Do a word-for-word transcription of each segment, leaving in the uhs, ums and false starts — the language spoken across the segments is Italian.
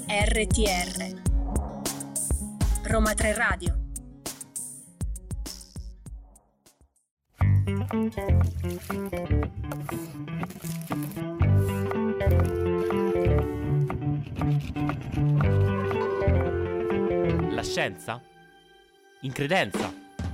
R T R Roma tre Radio. La scienza? In credenza?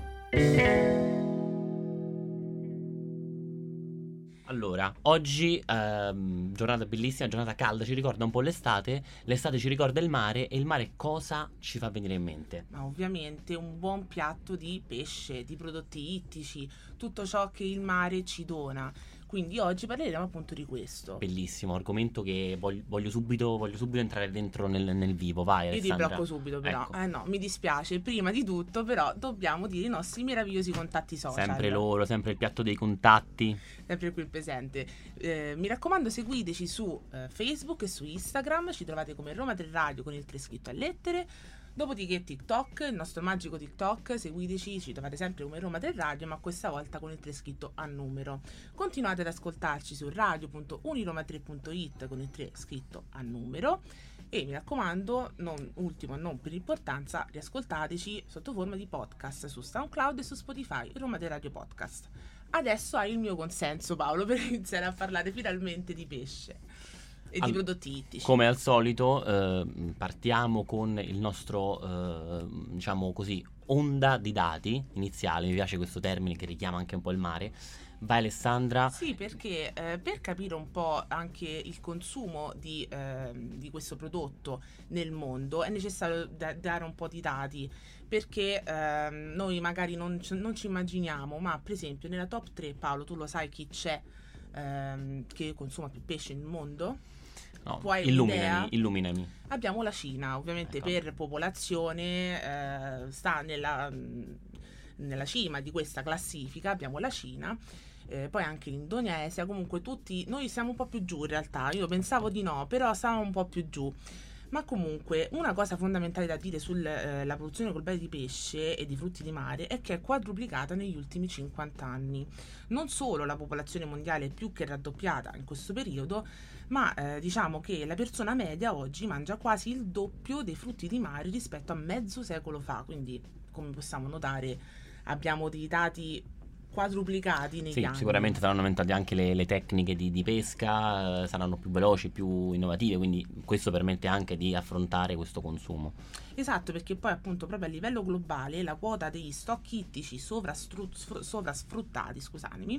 Allora, oggi ehm, giornata bellissima, giornata calda, ci ricorda un po' l'estate, l'estate ci ricorda il mare, e il mare cosa ci fa venire in mente? Ma ovviamente un buon piatto di pesce, di prodotti ittici, tutto ciò che il mare ci dona. Quindi oggi parleremo appunto di questo. Bellissimo, argomento che voglio, voglio subito voglio subito entrare dentro nel, nel vivo, vai Alessandra. Io ti blocco subito però, ecco. eh no, mi dispiace, prima di tutto però dobbiamo dire i nostri meravigliosi contatti social. Sempre loro, sempre il piatto dei contatti. Sempre qui presente. Eh, mi raccomando, seguiteci su eh, Facebook e su Instagram, ci trovate come Roma tre Radio con il tre scritto a lettere. Dopodiché TikTok, il nostro magico TikTok, seguiteci, ci trovate sempre come Roma tre Radio, ma questa volta con il tre scritto a numero. Continuate ad ascoltarci su radio punto uniroma tre punto it con il tre scritto a numero. E mi raccomando, non ultimo, non per importanza, riascoltateci sotto forma di podcast su SoundCloud e su Spotify, Roma tre Radio Podcast. Adesso hai il mio consenso, Paolo, per iniziare a parlare finalmente di pesce e Al- di prodotti ittici. Come al solito eh, partiamo con il nostro eh, diciamo così onda di dati iniziale. Mi piace questo termine che richiama anche un po' il mare. Vai Alessandra. Sì, perché eh, per capire un po' anche il consumo di, eh, di questo prodotto nel mondo è necessario da- dare un po' di dati, perché ehm, noi magari non, ci- non ci immaginiamo, ma per esempio nella top tre, Paolo, tu lo sai chi c'è ehm, che consuma più pesce nel mondo? No, Tu hai illuminami, un'idea? illuminami. Abbiamo la Cina, ovviamente Ecco. per popolazione eh, sta nella, mh, nella cima di questa classifica, abbiamo la Cina, eh, poi anche l'Indonesia, comunque tutti, noi siamo un po' più giù in realtà, io pensavo di no, però siamo un po' più giù. Ma comunque una cosa fondamentale da dire sulla eh, produzione globale di pesce e di frutti di mare è che è quadruplicata negli ultimi cinquanta anni. Non solo la popolazione mondiale è più che raddoppiata in questo periodo, ma eh, diciamo che la persona media oggi mangia quasi il doppio dei frutti di mare rispetto a mezzo secolo fa, quindi come possiamo notare abbiamo dei dati quadruplicati negli Sì, anni. sicuramente saranno aumentate anche le, le tecniche di, di pesca, eh, saranno più veloci, più innovative, quindi questo permette anche di affrontare questo consumo. Esatto, perché poi appunto proprio a livello globale la quota degli stock ittici sovrastru- sfr- sovrasfruttati, scusatemi,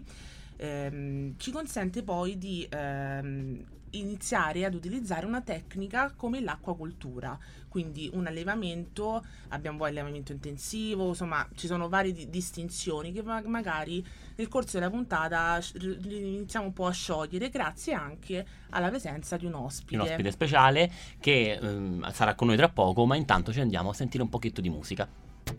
ehm, ci consente poi di ehm, iniziare ad utilizzare una tecnica come l'acquacoltura, quindi un allevamento, abbiamo poi allevamento intensivo, insomma ci sono varie di- distinzioni che ma- magari nel corso della puntata sh- r- iniziamo un po' a sciogliere grazie anche alla presenza di un ospite. Un ospite speciale che ehm, sarà con noi tra poco, ma intanto ci andiamo a sentire un pochetto di musica.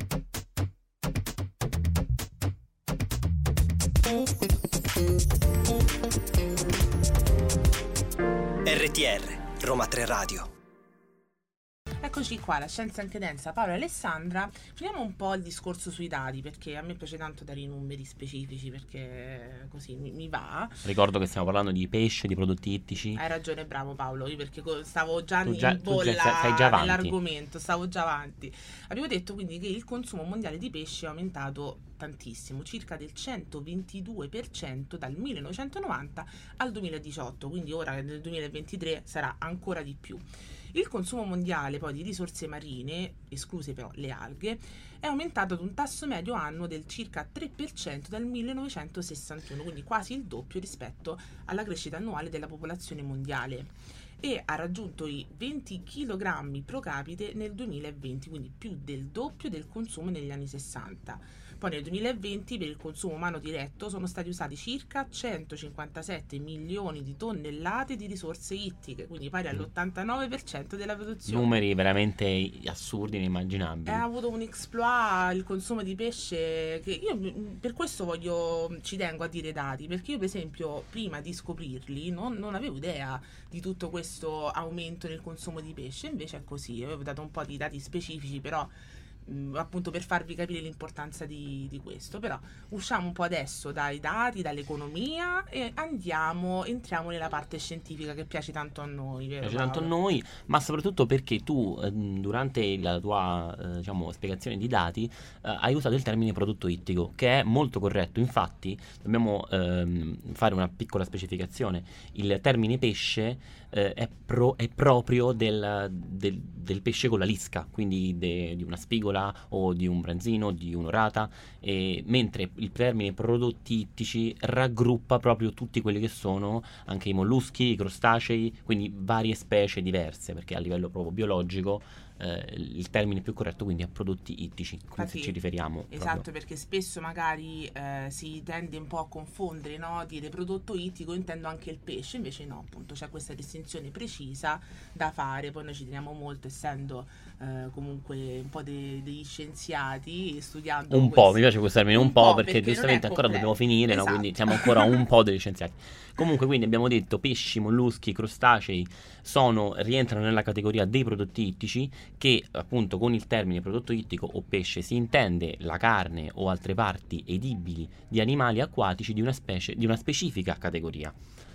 R T R Roma tre Radio. Eccoci qua, la scienza in credenza, Paolo e Alessandra. Finiamo un po' il discorso sui dati, perché a me piace tanto dare i numeri specifici, perché così mi, mi va. Ricordo che stiamo parlando di pesce, di prodotti ittici. Hai ragione, bravo Paolo, io perché co- stavo già Tu in già- tu bolla già- sei già avanti. nell'argomento, stavo già avanti. Abbiamo detto quindi che il consumo mondiale di pesce è aumentato tantissimo, circa del centoventidue per cento dal millenovecentonovanta al duemiladiciotto, quindi ora nel duemilaventitré sarà ancora di più. Il consumo mondiale poi di risorse marine, escluse però le alghe, è aumentato ad un tasso medio annuo del circa tre per cento dal millenovecentosessantuno, quindi quasi il doppio rispetto alla crescita annuale della popolazione mondiale, e ha raggiunto i venti chilogrammi pro capite nel duemilaventi, quindi più del doppio del consumo negli anni sessanta. Poi nel duemilaventi per il consumo umano diretto sono stati usati circa centocinquantasette milioni di tonnellate di risorse ittiche, quindi pari all'ottantanove per cento della produzione. Numeri veramente assurdi, inimmaginabili. Ha avuto un exploit il consumo di pesce che io mm, per questo voglio, ci tengo a dire dati, perché io per esempio prima di scoprirli non, non avevo idea di tutto questo aumento nel consumo di pesce, invece è così. Io avevo dato un po' di dati specifici, però mh, appunto per farvi capire l'importanza di, di questo. Però usciamo un po' adesso dai dati, dall'economia e andiamo, entriamo nella parte scientifica che piace tanto a noi, vero, piace tanto a Paolo? noi, ma soprattutto perché tu eh, durante la tua eh, diciamo spiegazione di dati eh, hai usato il termine prodotto ittico, che è molto corretto. Infatti dobbiamo ehm, fare una piccola specificazione: il termine pesce eh, è, pro- è proprio del, del, del pesce con la lisca, quindi de- di una spigola o di un branzino, di un'orata, e mentre il termine prodotti ittici raggruppa proprio tutti quelli che sono anche i molluschi, i crostacei, quindi varie specie diverse, perché a livello proprio biologico eh, il termine più corretto quindi è prodotti ittici, come Infatti, se ci riferiamo esatto, proprio. perché spesso magari eh, si tende un po' a confondere, no? Dire prodotto ittico intendo anche il pesce, invece no, appunto c'è questa distinzione precisa da fare. Poi noi ci teniamo molto, essendo eh, comunque un po' de- degli scienziati, studiando Un questo. po', mi piace questo termine, un, Un po', po', perché, perché non giustamente è ancora completo. dobbiamo finire, no? Esatto. Quindi siamo ancora un po' degli scienziati. Comunque, quindi abbiamo detto pesci, molluschi, crostacei sono, rientrano nella categoria dei prodotti ittici, che appunto con il termine prodotto ittico o pesce si intende la carne o altre parti edibili di animali acquatici di una specie, di una specifica categoria.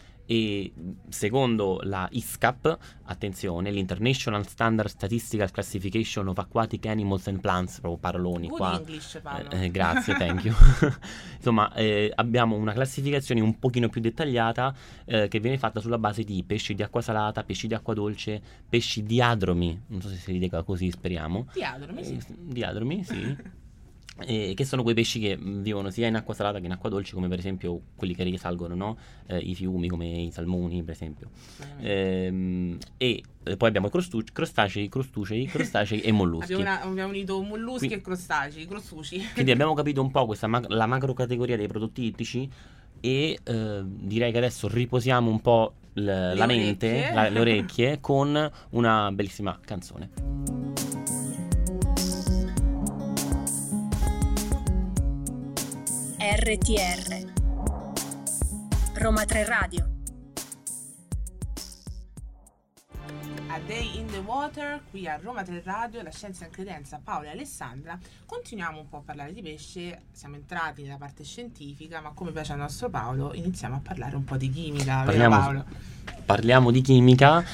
E secondo la I S C A P, attenzione, l'International Standard Statistical Classification of Aquatic Animals and Plants, proprio paroloni Good qua. English, Paolo. Eh, eh, grazie, thank you. Insomma, eh, abbiamo una classificazione un pochino più dettagliata eh, che viene fatta sulla base di pesci di acqua salata, pesci di acqua dolce, pesci diadromi, non so se si dica così, speriamo. Diadromi, sì. Eh, diadromi, sì. Eh, che sono quei pesci che mh, vivono sia in acqua salata che in acqua dolce, come per esempio quelli che risalgono, no? Eh, i fiumi, come i salmoni, per esempio. Ehm, e eh, poi abbiamo i crostu- crostacei, crostacei, crostacei e molluschi. Abbiamo, una- abbiamo unito molluschi Qui- e crostacei, crostacei. Quindi abbiamo capito un po' questa ma- la macro categoria dei prodotti ittici, e eh, direi che adesso riposiamo un po' l- la mente, orecchie. la- le orecchie con una bellissima canzone. R T R Roma tre Radio. A Day in the Water, qui a Roma tre Radio, la scienza in credenza, Paolo e Alessandra. Continuiamo un po' a parlare di pesce, siamo entrati nella parte scientifica, ma come piace al nostro Paolo iniziamo a parlare un po' di chimica, vero Parliamo, Paolo? parliamo di chimica,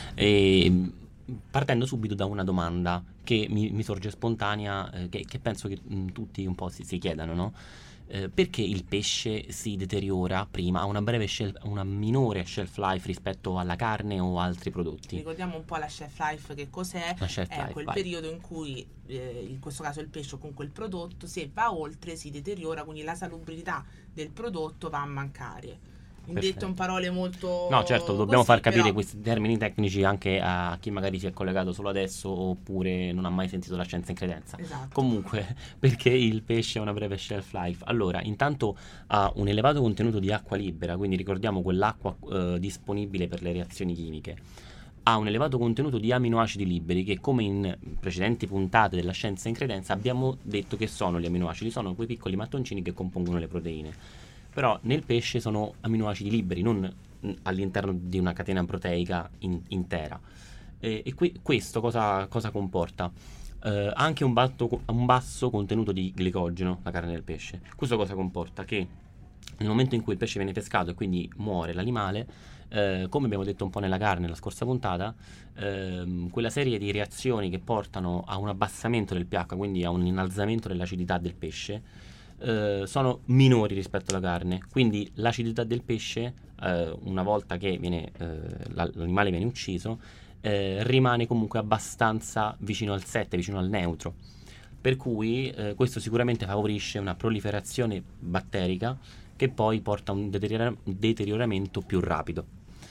e partendo subito da una domanda che mi, mi sorge spontanea, eh, che, che penso che mh, tutti un po' si, si chiedano, no? Eh, perché il pesce si deteriora prima, ha una breve shelf, una minore shelf life rispetto alla carne o altri prodotti? Ricordiamo un po' la shelf life, che cos'è? La shelf È life, quel vai. periodo in cui, eh, in questo caso il pesce o comunque il prodotto, se va oltre si deteriora, quindi la salubrità del prodotto va a mancare. In Perfetto. detto in parole molto... No, certo, dobbiamo così, far capire però- questi termini tecnici anche a chi magari si è collegato solo adesso oppure non ha mai sentito la scienza in credenza. Esatto. Comunque, perché il pesce ha una breve shelf life? Allora, intanto ha un elevato contenuto di acqua libera, quindi ricordiamo quell'acqua eh, disponibile per le reazioni chimiche. Ha un elevato contenuto di aminoacidi liberi, che come in precedenti puntate della scienza in credenza abbiamo detto che sono gli aminoacidi, sono quei piccoli mattoncini che compongono le proteine. Però nel pesce sono aminoacidi liberi, non mh, all'interno di una catena proteica in- intera. E, e qui- questo cosa, cosa comporta? Eh, anche un, batto- un basso contenuto di glicogeno, la carne del pesce. Questo cosa comporta? Che nel momento in cui il pesce viene pescato e quindi muore l'animale, eh, come abbiamo detto un po' nella carne la scorsa puntata, ehm, quella serie di reazioni che portano a un abbassamento del pH, quindi a un innalzamento dell'acidità del pesce, eh, sono minori rispetto alla carne. Quindi l'acidità del pesce, eh, una volta che viene, eh, la- l'animale viene ucciso, eh, rimane comunque abbastanza vicino al sette, vicino al neutro. Per cui eh, questo sicuramente favorisce una proliferazione batterica che poi porta a un deteriora- deterioramento più rapido.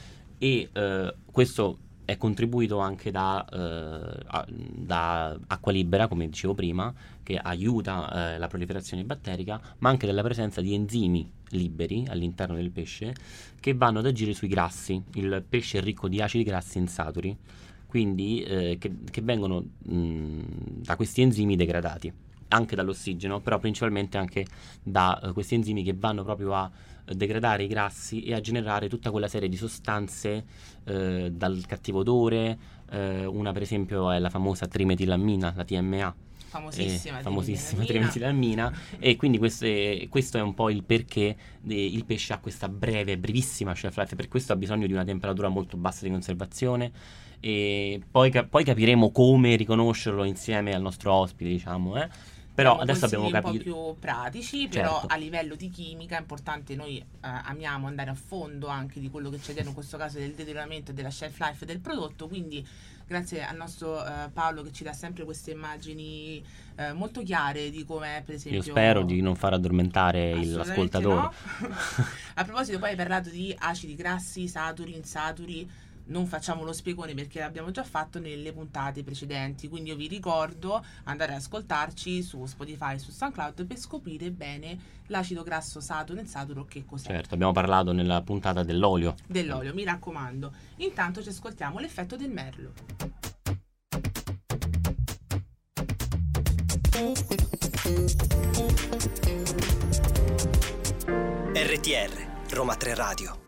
E eh, questo è contribuito anche da, eh, a- da acqua libera, come dicevo prima, che aiuta eh, la proliferazione batterica, ma anche dalla presenza di enzimi liberi all'interno del pesce che vanno ad agire sui grassi. Il pesce è ricco di acidi grassi insaturi, quindi eh, che, che vengono mh, da questi enzimi degradati, anche dall'ossigeno, però principalmente anche da eh, questi enzimi che vanno proprio a eh, degradare i grassi e a generare tutta quella serie di sostanze eh, dal cattivo odore. Eh, una per esempio è la famosa trimetilammina, la T M A, famosissima, eh, famosissima Triventina della Mina, e quindi queste, questo è un po' il perché de, il pesce ha questa breve, brevissima shelf life, per questo ha bisogno di una temperatura molto bassa di conservazione, e poi, poi capiremo come riconoscerlo insieme al nostro ospite, diciamo, eh. Però abbiamo adesso abbiamo capito un po' più pratici, però certo. a livello di chimica è importante, noi eh, amiamo andare a fondo anche di quello che c'è dentro, in questo caso del deterioramento e della shelf life del prodotto, quindi grazie al nostro eh, Paolo che ci dà sempre queste immagini eh, molto chiare di come, per esempio... Io spero di non far addormentare l'ascoltatore. No. A proposito, poi hai parlato di acidi grassi, saturi, insaturi. Non facciamo lo spiegone perché l'abbiamo già fatto nelle puntate precedenti, quindi io vi ricordo andare ad ascoltarci su Spotify e su SoundCloud per scoprire bene l'acido grasso saturo e insaturo che cos'è. Certo, abbiamo parlato nella puntata dell'olio. Dell'olio, mi raccomando. Intanto ci ascoltiamo l'effetto del merlo. R T R, Roma tre Radio.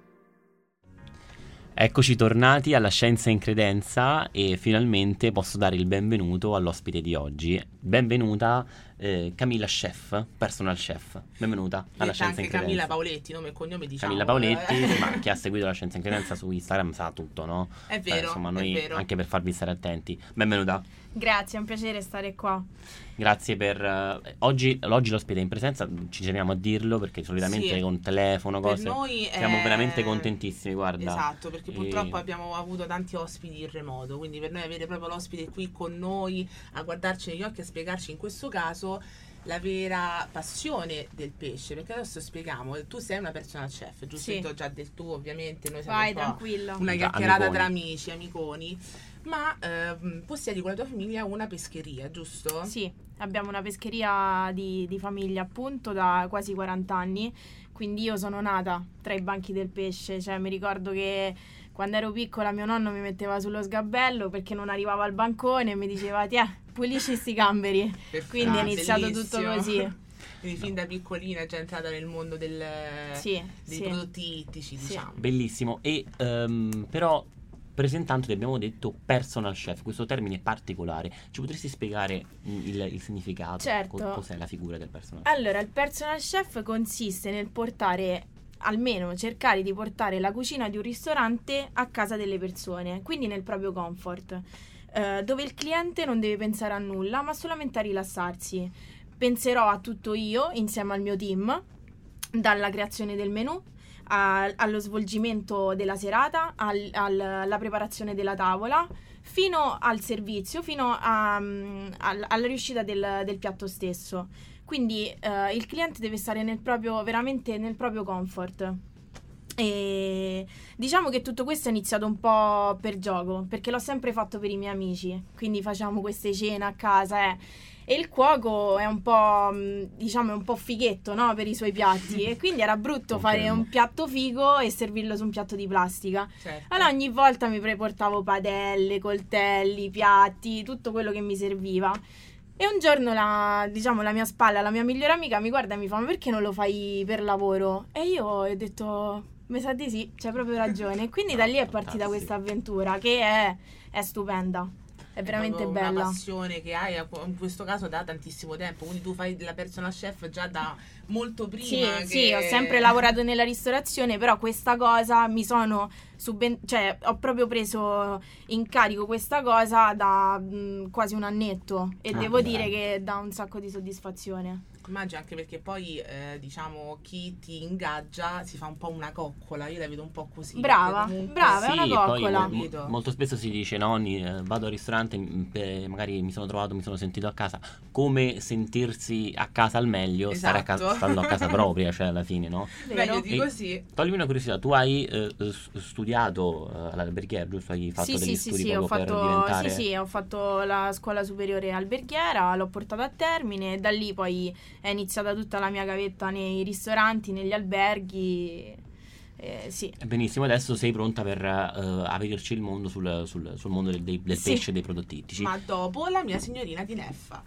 Eccoci tornati alla Scienza in Credenza e finalmente posso dare il benvenuto all'ospite di oggi. Benvenuta eh, Camilla Chef, personal chef. Benvenuta alla Scienza in Credenza. Camilla Paoletti, nome e cognome, diciamo. Camilla Paoletti, ma chi ha seguito la Scienza in Credenza su Instagram sa tutto, no? È vero, eh, insomma, noi, è vero. Anche per farvi stare attenti. Benvenuta. Grazie, è un piacere stare qua. Grazie per... Uh, oggi, oggi l'ospite è in presenza, ci teniamo a dirlo perché solitamente sì, con telefono, cose... per noi siamo è... veramente contentissimi, guarda. Esatto, perché e... purtroppo abbiamo avuto tanti ospiti in remoto, quindi per noi avere proprio l'ospite qui con noi a guardarci negli occhi e a spiegarci in questo caso la vera passione del pesce, perché adesso spieghiamo, tu sei una personal chef, giusto? Sì. Ti ho già del tuo, ovviamente, noi siamo Vai, un po' tranquilla. una Da chiacchierata amiconi. tra amici, amiconi, ma ehm, possiedi con la tua famiglia una pescheria, giusto? Sì, abbiamo una pescheria di, di famiglia appunto da quasi quaranta anni, quindi io sono nata tra i banchi del pesce, cioè mi ricordo che quando ero piccola mio nonno mi metteva sullo sgabello perché non arrivava al bancone e mi diceva tiè, pulisci sti gamberi, quindi è Ah, iniziato bellissimo. tutto così. Quindi fin da piccolina è già entrata nel mondo del, Sì, dei sì. prodotti ittici, Sì. diciamo. Bellissimo. E ehm, però presentandoti abbiamo detto personal chef, questo termine è particolare. Ci potresti spiegare mm, il, il significato? Certo. Co- Cos'è la figura del personal chef? Allora, il personal chef consiste nel portare, almeno cercare di portare la cucina di un ristorante a casa delle persone, quindi nel proprio comfort, eh, dove il cliente non deve pensare a nulla, ma solamente a rilassarsi. Penserò a tutto io insieme al mio team, dalla creazione del menù a- allo svolgimento della serata, al- al- alla preparazione della tavola, fino al servizio, fino a, mm, al- alla riuscita del, del piatto stesso. Quindi eh, il cliente deve stare nel proprio, veramente nel proprio comfort. E diciamo che tutto questo è iniziato un po' per gioco, perché l'ho sempre fatto per i miei amici, quindi facciamo queste cene a casa, eh. E il cuoco è un po', mh, diciamo, è un po' fighetto, no? Per i suoi piatti, e quindi era brutto fare Confermo. un piatto figo e servirlo su un piatto di plastica. Certo. Allora ogni volta mi preportavo padelle, coltelli, piatti, tutto quello che mi serviva. E un giorno la, diciamo, la mia spalla, la mia migliore amica mi guarda e mi fa: ma perché non lo fai per lavoro? E io ho detto: mi sa di sì, c'hai proprio ragione. E quindi da lì è partita Fantastico. questa avventura che è, è stupenda, è veramente proprio bella. una passione che hai, in questo caso da tantissimo tempo, quindi tu fai la personal chef già da molto prima. Sì, che... sì, ho sempre lavorato nella ristorazione, però questa cosa mi sono suben- cioè ho proprio preso in carico questa cosa da mh, quasi un annetto e Ah, devo dai. dire che dà un sacco di soddisfazione. Immagino, anche perché poi eh, diciamo chi ti ingaggia si fa un po' una coccola, io la vedo un po' così. Brava, perché comunque- brava, è Sì, una poi coccola. mo- mo- molto spesso si dice nonni, eh, vado al ristorante, m- pe- magari mi sono trovato, mi sono sentito a casa. Come sentirsi a casa al meglio, stare a casa, Esatto. stando a casa propria, cioè alla fine, no? Vero? Meglio di E- così. Toglimi una curiosità, tu hai eh, s- studiato eh, all'alberghiera, giusto? Hai fatto Sì, degli sì, sì, studi sì, ho proprio per fatto, diventare... sì, sì, ho fatto la scuola superiore alberghiera, l'ho portata a termine e da lì poi è iniziata tutta la mia gavetta nei ristoranti, negli alberghi. Eh, sì. Benissimo, adesso sei pronta per eh, aprirci il mondo sul, sul- sul mondo del, dei- del Sì. pesce e dei prodotti ittici. Ma dopo la mia signorina di Neffa.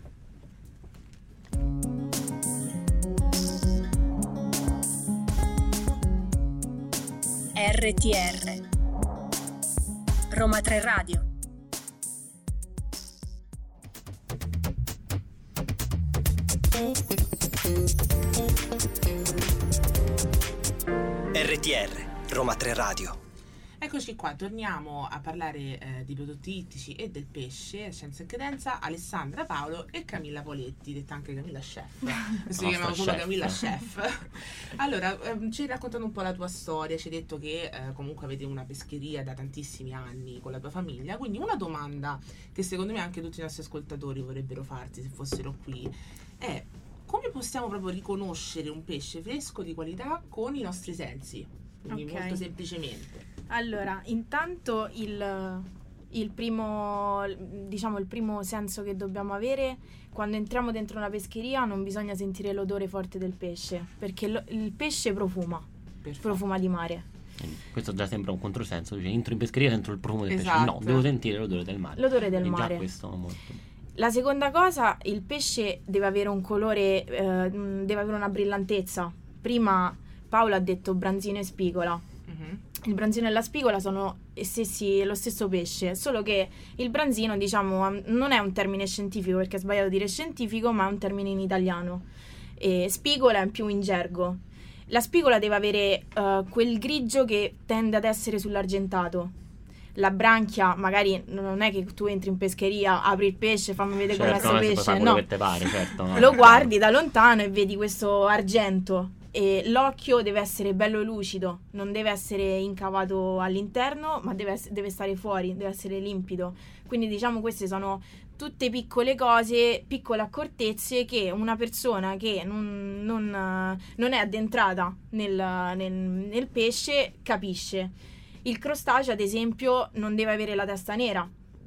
R T R Roma tre Radio. R T R, Roma tre Radio. Eccoci qua, torniamo a parlare eh, di prodotti ittici e del pesce, Scienza e Credenza, Alessandra Paolo e Camilla Poletti, detta anche Camilla Chef. Si chiamano solo chef. Camilla Chef. Allora, ehm, ci hai raccontato un po' la tua storia, ci hai detto che eh, comunque avete una pescheria da tantissimi anni con la tua famiglia, quindi una domanda che secondo me anche tutti i nostri ascoltatori vorrebbero farti se fossero qui è: come possiamo proprio riconoscere un pesce fresco di qualità con i nostri sensi? Quindi Ok. molto semplicemente. Allora, intanto il, il primo, diciamo, il primo senso che dobbiamo avere quando entriamo dentro una pescheria, non bisogna sentire l'odore forte del pesce, perché lo- il pesce profuma, Perfetto. profuma di mare. Questo già sembra un controsenso, dice entro in pescheria e sento il profumo del pesce. No, Esatto. devo sentire l'odore del mare. L'odore del E già mare. questo molto. La seconda cosa, il pesce deve avere un colore, eh, mh, deve avere una brillantezza. Prima Paolo ha detto branzino e spigola. Mhm. Il branzino e la spigola sono stessi, lo stesso pesce, solo che il branzino, diciamo, um, non è un termine scientifico, perché è sbagliato dire scientifico, ma è un termine in italiano. E spigola è più in gergo. La spigola deve avere uh, quel grigio che tende ad essere sull'argentato. La branchia, magari non è che tu entri in pescheria, apri il pesce, fammi vedere com'è Certo, questo non è che puoi pesce, fare quello no. che te pare, certo. no. Lo guardi da lontano e vedi questo argento, e l'occhio deve essere bello lucido, non deve essere incavato all'interno, ma deve, ess- deve stare fuori, deve essere limpido. Quindi diciamo queste sono tutte piccole cose, piccole accortezze che una persona che non, non, eh, non è addentrata nel, nel, nel pesce capisce. Il crostaceo, ad esempio, non deve avere la testa nera,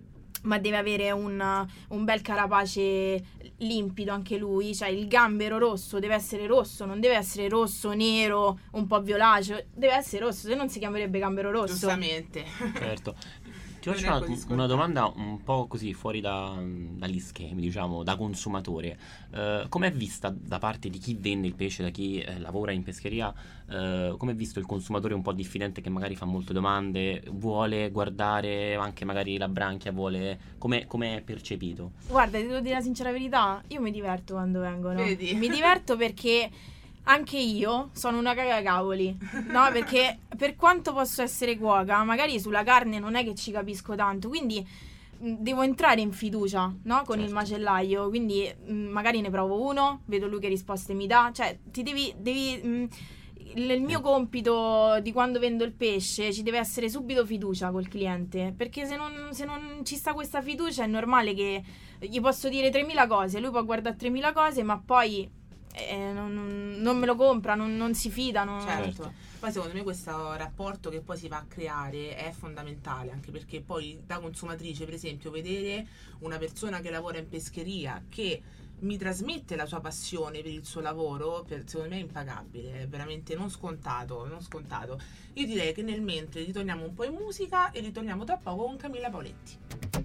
ma deve avere un, un bel carapace limpido anche lui, cioè il gambero rosso deve essere rosso, non deve essere rosso, nero, un po' violaceo, deve essere rosso, se non si chiamerebbe gambero rosso. Giustamente. Certo. Ti Non faccio è una, così una scontato. domanda un po' così fuori da- dagli schemi, diciamo, da consumatore. Eh, com'è vista da parte di chi vende il pesce, da chi eh, lavora in pescheria, eh, com'è visto il consumatore un po' diffidente che magari fa molte domande, vuole guardare anche magari la branchia, vuole... Com'è, com'è percepito? Guarda, ti devo dire la sincera verità, io mi diverto quando vengono. Vedi? Mi diverto perché anche io sono una cagacavoli, no? Perché per quanto posso essere cuoca, magari sulla carne non è che ci capisco tanto, quindi mh, devo entrare in fiducia, no? Con il Certo. macellaio, quindi mh, magari ne provo uno, vedo lui che risposte mi dà, cioè ti devi... devi mh, il il mio compito di quando vendo il pesce, ci deve essere subito fiducia col cliente, perché se non, se non ci sta questa fiducia è normale che gli posso dire tremila cose, lui può guardare tremila cose, ma poi eh, non, non me lo compra, non, non si fida, non... Certo. Certo. Poi secondo me questo rapporto che poi si va a creare è fondamentale, anche perché poi da consumatrice, per esempio, vedere una persona che lavora in pescheria che mi trasmette la sua passione per il suo lavoro, per, secondo me è impagabile, è veramente non scontato, non scontato. Io direi che nel mentre ritorniamo un po' in musica e ritorniamo tra poco con Camilla Poletti.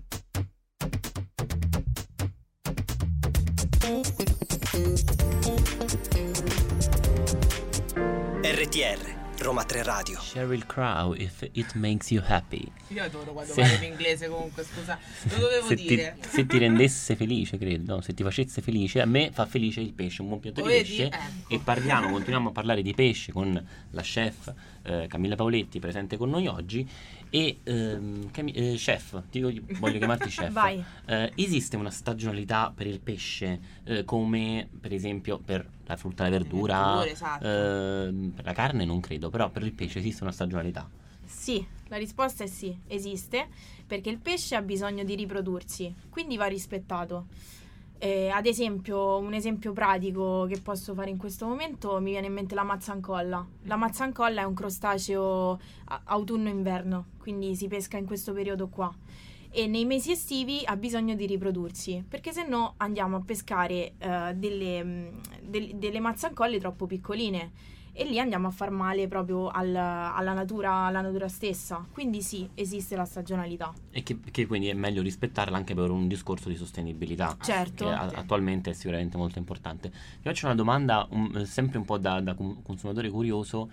R T R, Roma tre Radio. Sheryl Crow, If It Makes You Happy. Io adoro quando Se- parli in inglese comunque, scusa, lo dovevo se dire. Ti, se ti rendesse felice, credo, no? Se ti facesse felice, a me fa felice il pesce, un buon piatto Lo di vedi? pesce. Ecco. E parliamo, continuiamo a parlare di pesce con la chef eh, Camilla Paoletti, presente con noi oggi. E ehm, Cami- eh, chef, ti voglio, voglio chiamarti chef. Vai. Eh, esiste una stagionalità per il pesce, eh, come per esempio per la frutta e la verdura, verdure, esatto. ehm, per la carne non credo, però per il pesce esiste una stagionalità. Sì, la risposta è sì, esiste, perché il pesce ha bisogno di riprodursi, quindi va rispettato. Eh, ad esempio, un esempio pratico che posso fare in questo momento, mi viene in mente la mazzancolla. La mazzancolla è un crostaceo a- autunno-inverno, quindi si pesca in questo periodo qua. E nei mesi estivi ha bisogno di riprodursi, perché se no andiamo a pescare eh, delle, mh, del- delle mazzancolle troppo piccoline. E lì andiamo a far male proprio al- alla, natura, alla natura stessa. Quindi sì, esiste la stagionalità. E che, che quindi è meglio rispettarla anche per un discorso di sostenibilità. Certo. Che a- attualmente è sicuramente molto importante. Ti faccio una domanda un- sempre un po' da, da con- consumatore curioso,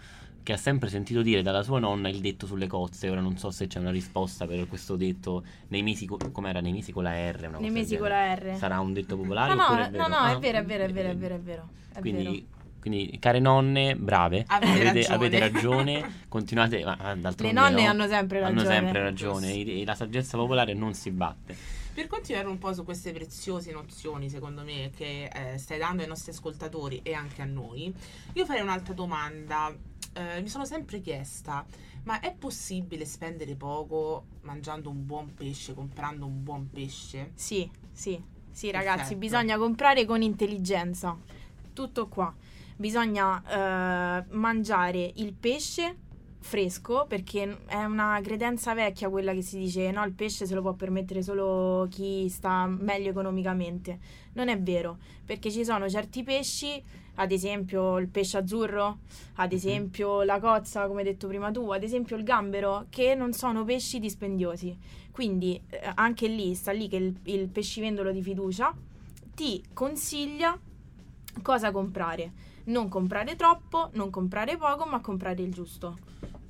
che ha sempre sentito dire dalla sua nonna il detto sulle cozze. Ora non so se c'è una risposta per questo detto nei mesi co- com'era nei mesi con la R, una cosa Nei del mesi con genere. la R. Sarà un detto popolare No, no, oppure è vero? no, no, Ah, è vero, è vero, è vero, è vero, è vero. È quindi vero. Quindi, care nonne, brave, Avete avete, ragione. avete ragione, continuate, ma ah, d'altronde Le nonne no, hanno sempre hanno ragione. sempre ragione, e la saggezza popolare non si batte. Per continuare un po' su queste preziose nozioni, secondo me, che eh, stai dando ai nostri ascoltatori e anche a noi, io farei un'altra domanda. Eh, mi sono sempre chiesta, ma è possibile spendere poco mangiando un buon pesce, comprando un buon pesce? Sì, sì, sì, ragazzi, Perfetto. bisogna comprare con intelligenza. Tutto qua. Bisogna eh, mangiare il pesce fresco, perché è una credenza vecchia quella che si dice no, il pesce se lo può permettere solo chi sta meglio economicamente. Non è vero, perché ci sono certi pesci, ad esempio il pesce azzurro, ad esempio la cozza, come hai detto prima tu, ad esempio il gambero, che non sono pesci dispendiosi. Quindi eh, anche lì sta lì che il, il pescivendolo di fiducia ti consiglia cosa comprare. Non comprare troppo, non comprare poco, ma comprare il giusto.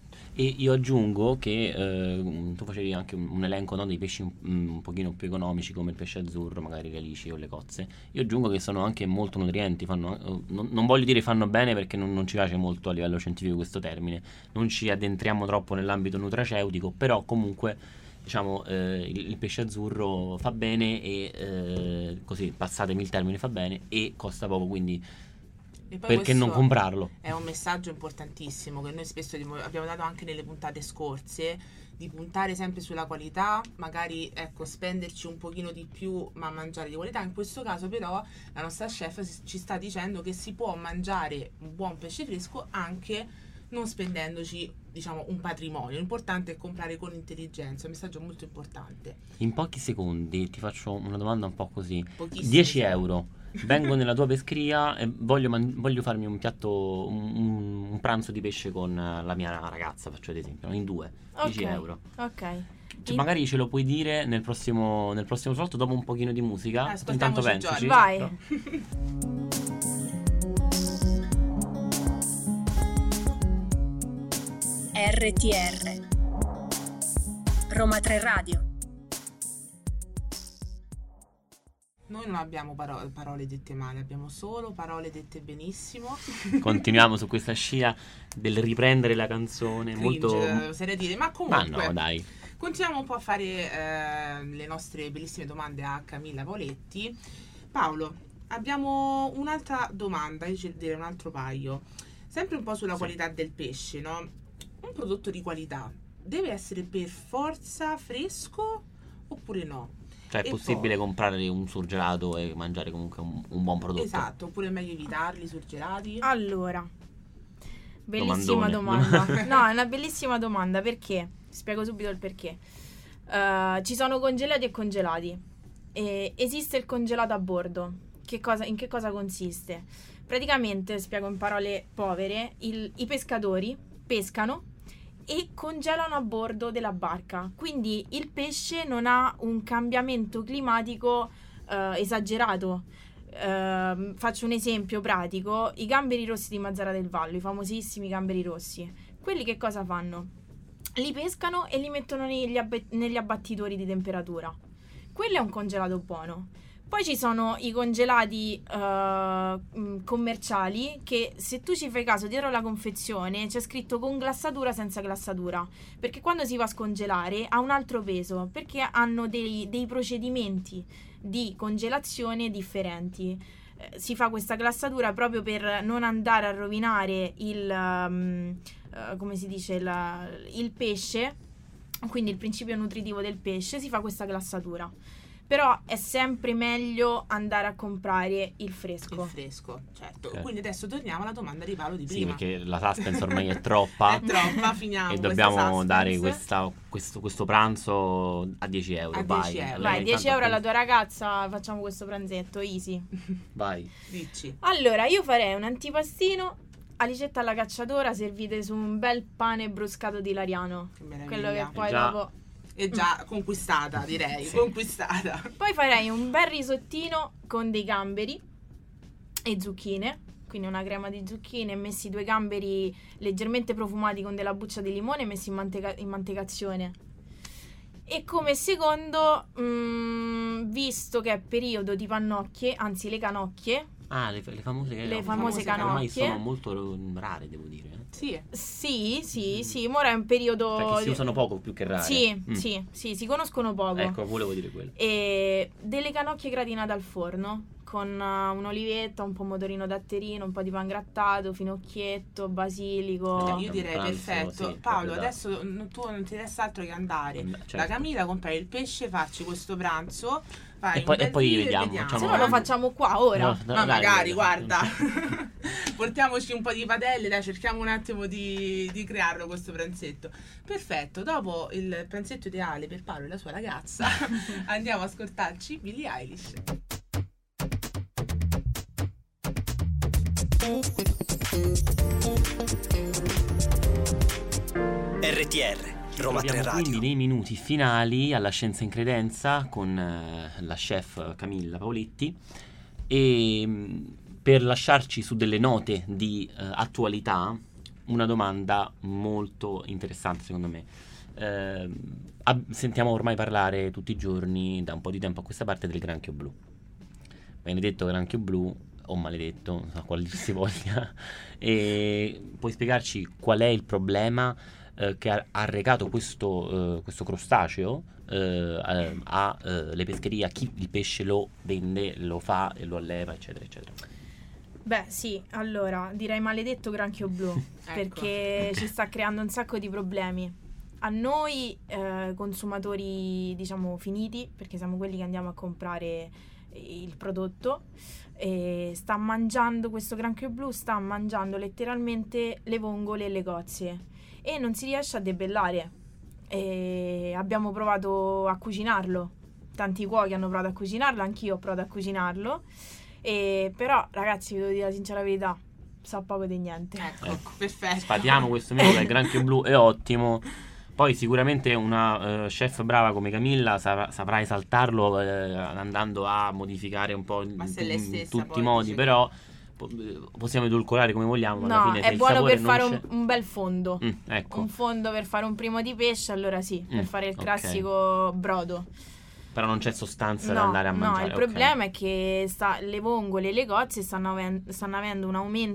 E io aggiungo che eh, tu facevi anche un, un elenco, no, dei pesci un, un pochino più economici come il pesce azzurro, magari le alici o le cozze. Io aggiungo che sono anche molto nutrienti, fanno, eh, non, non voglio dire fanno bene perché non, non ci piace molto a livello scientifico questo termine, non ci addentriamo troppo nell'ambito nutraceutico, però comunque diciamo eh, il, il pesce azzurro fa bene e eh, così, passatemi il termine, fa bene e costa poco, quindi E poi perché non questo comprarlo? È un messaggio importantissimo che noi spesso abbiamo dato anche nelle puntate scorse, di puntare sempre sulla qualità, magari ecco spenderci un pochino di più ma mangiare di qualità. In questo caso però la nostra chef ci sta dicendo che si può mangiare un buon pesce fresco anche non spendendoci, diciamo, un patrimonio. L'importante è comprare con intelligenza, un messaggio molto importante. In pochi secondi ti faccio una domanda un po' così. Pochissimi dieci secondi. euro. Vengo nella tua pescheria e voglio, man- voglio farmi un piatto, un, un pranzo di pesce con la mia ragazza, faccio ad esempio, in due, dieci Ok, euro. Ok. Cioè, In- magari ce lo puoi dire nel prossimo, nel prossimo slot dopo un pochino di musica. Eh, Intanto ascoltiamoci pensaci. Giorgio. Vai. R T R Roma tre Radio. Noi non abbiamo paro- parole dette male, abbiamo solo parole dette benissimo. Continuiamo su questa scia del riprendere la canzone. Cringe, molto. oserei dire, ma Ma comunque no, dai. continuiamo un po' a fare eh, le nostre bellissime domande a Camilla Poletti. Paolo, abbiamo un'altra domanda, io ci direi un altro paio, sempre un po' sulla Sì. qualità del pesce, no? Un prodotto di qualità deve essere per forza fresco oppure no? Cioè è E possibile poi- comprare un surgelato e mangiare comunque un, un buon prodotto? Esatto, oppure è meglio evitarli, surgelati? Allora, bellissima Domandone. domanda. No, è una bellissima domanda, perché? Spiego subito il perché. Eh, ci sono congelati e congelati. E esiste il congelato a bordo. Che cosa, in che cosa consiste? Praticamente, spiego in parole povere, il- i pescatori pescano e congelano a bordo della barca. Quindi il pesce non ha un cambiamento climatico eh, esagerato. Ehm, faccio un esempio pratico: i gamberi rossi di Mazzara del Vallo, i famosissimi gamberi rossi, quelli che cosa fanno? Li pescano e li mettono negli, abbe- negli abbattitori di temperatura. Quello è un congelato buono. Poi ci sono i congelati eh, mh, commerciali, che se tu ci fai caso dietro la confezione c'è scritto con glassatura, senza glassatura, perché quando si va a scongelare ha un altro peso, perché hanno dei, dei procedimenti di congelazione differenti. Eh, si fa questa glassatura proprio per non andare a rovinare il, um, eh, come si dice, la- il pesce, quindi il principio nutritivo del pesce, si fa questa glassatura. Però è sempre meglio andare a comprare il fresco. Il fresco, certo. Ok. Quindi adesso torniamo alla domanda di Paolo di Sì, prima. perché la suspense ormai è troppa. È troppa, finiamo E questa dobbiamo suspense. dare questa, questo, questo pranzo a dieci euro. A vai. dieci euro. Allora, Vai, dieci intanto euro alla appunto- tua ragazza, facciamo questo pranzetto, easy. Vai. Dici. Allora, io farei un antipastino, alicetta alla cacciatora, servite su un bel pane bruscato di Lariano. Che meraviglia. Quello che poi Già. dopo... È già conquistata, direi. Sì. Conquistata. Poi farei un bel risottino con dei gamberi e zucchine. quindi una crema di zucchine, messi due gamberi leggermente profumati con della buccia di limone messi in, manteca- in mantecazione. E come secondo, mh, visto che è periodo di pannocchie, anzi le canocchie. Ah, le, le famose, le famose canocchie. Ormai sono molto rare, devo dire. Sì, sì, sì, sì, ora è un periodo... Perché si usano poco più che rare. Sì, mm. sì, sì, si conoscono poco. Ecco, volevo dire quello. E delle canocchie gratinate al forno, con uh, un'olivetta, un pomodorino datterino, un po' di pangrattato, finocchietto, basilico. Eh, io direi pranzo, perfetto. sì, Paolo, da... adesso n- tu non ti resta altro che andare certo. da Camilla, comprare il pesce, farci questo pranzo. Fai E poi, un bel e poi video vediamo. vediamo. Facciamo... Se no lo facciamo qua ora. No, no, Ma dai, magari, dai, guarda, dai. portiamoci un po' di padelle, dai, cerchiamo un attimo di, di crearlo questo pranzetto. Perfetto, dopo il pranzetto ideale per Paolo e la sua ragazza, andiamo a ascoltarci Billie Eilish. R T R Roma tre Radio. Quindi nei minuti finali alla Scienza in Credenza con eh, la chef Camilla Paoletti e mh, per lasciarci su delle note di eh, attualità una domanda molto interessante secondo me. Eh, ab- sentiamo ormai parlare tutti i giorni da un po' di tempo a questa parte del granchio blu. Benedetto granchio blu o maledetto, a quale si voglia. E puoi spiegarci qual è il problema eh, che ha arrecato questo, eh, questo crostaceo eh, a eh, le pescherie, a chi il pesce lo vende, lo fa e lo alleva, eccetera, eccetera? Beh, sì, allora direi maledetto granchio blu, Ecco. perché ci sta creando un sacco di problemi. A noi eh, consumatori, diciamo, finiti, perché siamo quelli che andiamo a comprare il prodotto, e sta mangiando questo granchio blu, sta mangiando letteralmente le vongole e le cozze e non si riesce a debellare. E abbiamo provato a cucinarlo, tanti cuochi hanno provato a cucinarlo, anch'io ho provato a cucinarlo, e però ragazzi vi devo dire la sincera verità, sa poco di niente. Ecco, Ecco. perfetto. Sfatiamo questo mito che il granchio blu è ottimo. Poi sicuramente una uh, chef brava come Camilla saprà, saprà esaltarlo eh, andando a modificare un po' in, Ma se lei in stessa tutti poi i modi, dice però po- possiamo edulcorare come vogliamo, ma alla No, fine se è il buono sapore per non fare c'è... un, un bel fondo. Mm, ecco, Un fondo per fare un primo di pesce, allora sì, per Mm, fare il ok. classico brodo. però non c'è sostanza da No, andare a no, mangiare. il ok. problema è che sta, le vongole e le cozze stanno, aven- stanno avendo un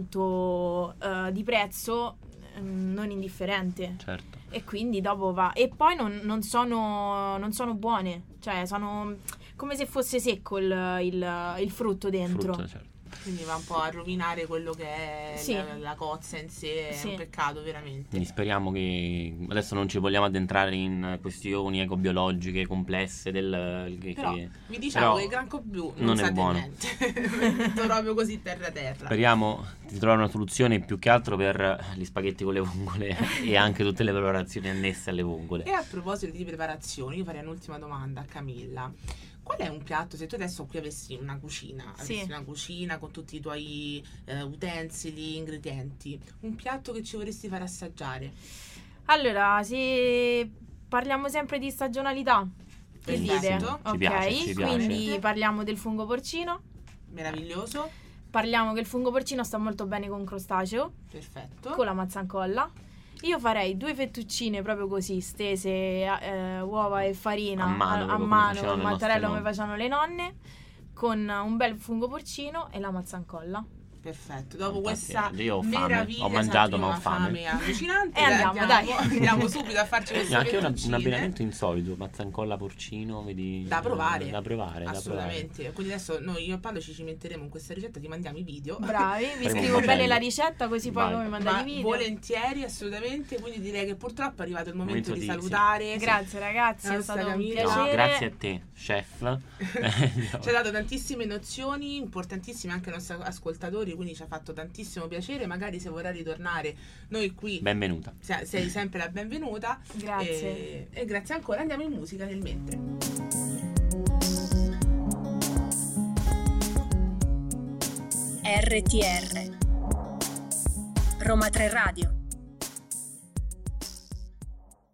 aumento eh, di prezzo eh, non indifferente. Certo. E quindi dopo va. E poi non, non sono non sono buone. Cioè, sono come se fosse secco il, il, il frutto dentro. Frutto, certo. Quindi va un po' a rovinare quello che è Sì. la, la cozza in sé, è Sì. un peccato veramente. Quindi speriamo che adesso non ci vogliamo addentrare in questioni ecobiologiche complesse del che, Però che- vi diciamo però che il granchio blu non, non sa è di buono. niente. Detto proprio così terra terra. Speriamo di trovare una soluzione più che altro per gli spaghetti con le vongole e anche tutte le preparazioni annesse alle vongole. E a proposito di preparazioni, io farei un'ultima domanda a Camilla. Qual è un piatto, se tu adesso qui avessi una cucina, Sì. avessi una cucina con tutti i tuoi eh, utensili, ingredienti, un piatto che ci vorresti far assaggiare? Allora, se parliamo sempre di stagionalità, che Perfetto. dite? Ci Ok, piace, ci piace. quindi parliamo del fungo porcino. Meraviglioso, Parliamo che il fungo porcino sta molto bene con crostaceo, perfetto. con la mazzancolla. Io farei due fettuccine proprio così, stese, eh, uova e farina A mano, a, a proprio come mano, facevano le mattarello nostre come nonne. facevano le nonne, con un bel fungo porcino e la mazzancolla. Perfetto, dopo Fantastico. questa Io ho fame, meraviglia, ho mangiato, esatto, ma ho una fame. allucinante. E andiamo, dai. Andiamo subito a farci queste E anche una- un fettuccine. abbinamento insolito, mazzancolla porcino, vedi, Da provare. da provare, da Assolutamente. Quindi adesso noi io e Paolo ci cimenteremo in questa ricetta, ti mandiamo i video. Bravi, vi Faremo scrivo un bene macello. la ricetta così poi Vai. voi mi mandate Ma i video. volentieri, assolutamente. Quindi direi che purtroppo è arrivato il momento, Momento di, di- salutare. Grazie ragazzi, è Nostra stato un Camilla. provare. No, piacere. grazie a te, chef. Ci ha dato tantissime nozioni, importantissime anche ai nostri ascoltatori, quindi ci ha fatto tantissimo piacere. Magari se vorrà ritornare, noi qui Benvenuta. se- sei sempre la benvenuta. Grazie. E, e grazie ancora. Andiamo in musica nel mentre. R T R Roma tre Radio.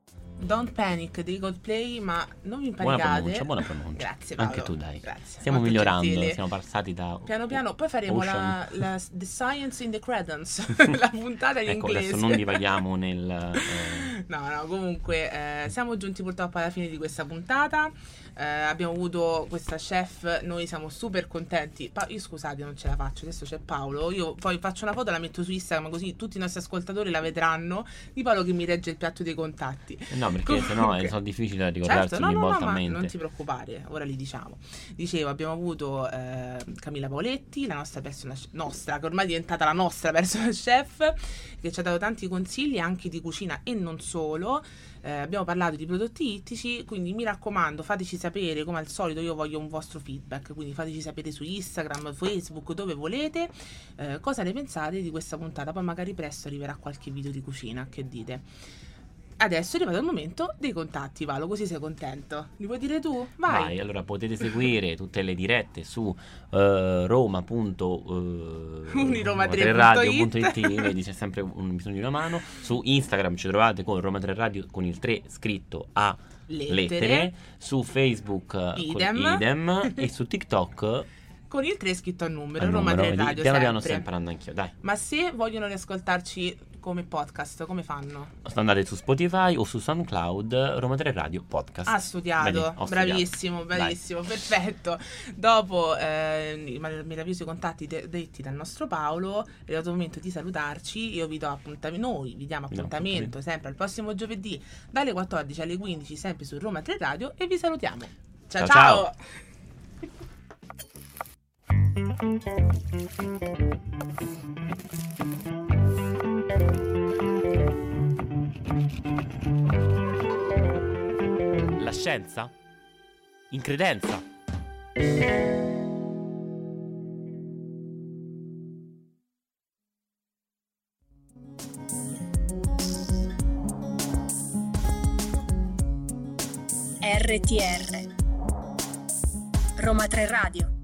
Don't Panic dei Coldplay, ma non vi Buona impanicate. pronuncia, buona pronuncia. Grazie Paolo. Anche tu dai. Grazie. Stiamo Molto migliorando, gentili. siamo passati da Piano piano, poi faremo Ocean. la, la The Science in the Credence, la puntata in Ecco, inglese. adesso non divaghiamo nel eh, No, no, comunque eh, siamo giunti purtroppo alla fine di questa puntata. Eh, abbiamo avuto questa chef, noi siamo super contenti. Pa- io scusate, non ce la faccio, adesso c'è Paolo. Io poi faccio una foto e la metto su Instagram, così tutti i nostri ascoltatori la vedranno. Di Paolo che mi regge il piatto dei contatti. no, perché Comunque- sennò è sono difficili da ricordarsi Certo, no, ogni no, no, volta a ma mente. non ti preoccupare, ora li diciamo. Dicevo, abbiamo avuto eh, Camilla Paoletti, la nostra persona nostra, che ormai è diventata la nostra personal chef, che ci ha dato tanti consigli anche di cucina e non solo. Eh, abbiamo parlato di prodotti ittici, quindi mi raccomando, fateci sapere, come al solito io voglio un vostro feedback, quindi fateci sapere su Instagram, Facebook, dove volete, eh, cosa ne pensate di questa puntata. Poi magari presto arriverà qualche video di cucina, che dite? Adesso è arrivato il momento dei contatti, Valo, così sei contento. Li puoi dire tu? Vai. Vai, allora potete seguire tutte le dirette su eh, roma punto Uniroma tre punto radio it. punto it, vedi c'è sempre un bisogno di una mano. Su Instagram ci trovate con Roma tre Radio con il tre scritto a Lettere. lettere, su Facebook eh, con Idem. idem e su TikTok Con il tre scritto a numero, a Roma numero, tre vedi, Radio, piano piano sempre. sto imparando anch'io, dai. Ma se vogliono riascoltarci come podcast, come fanno? Andate su Spotify o su SoundCloud Roma tre Radio Podcast. Ha studiato, Vedi, ho studiato. bravissimo, bravissimo, perfetto. Dopo eh, i mar- meravigliosi contatti de- detti dal nostro Paolo, è arrivato il momento di salutarci. Io vi do appuntamento, noi vi diamo Vi diamo appuntamento appuntamento. sempre al prossimo giovedì dalle quattordici alle quindici, sempre su Roma tre Radio, e vi salutiamo. Ciao Ciao, ciao! ciao. La scienza? In credenza? R T R Roma tre Radio.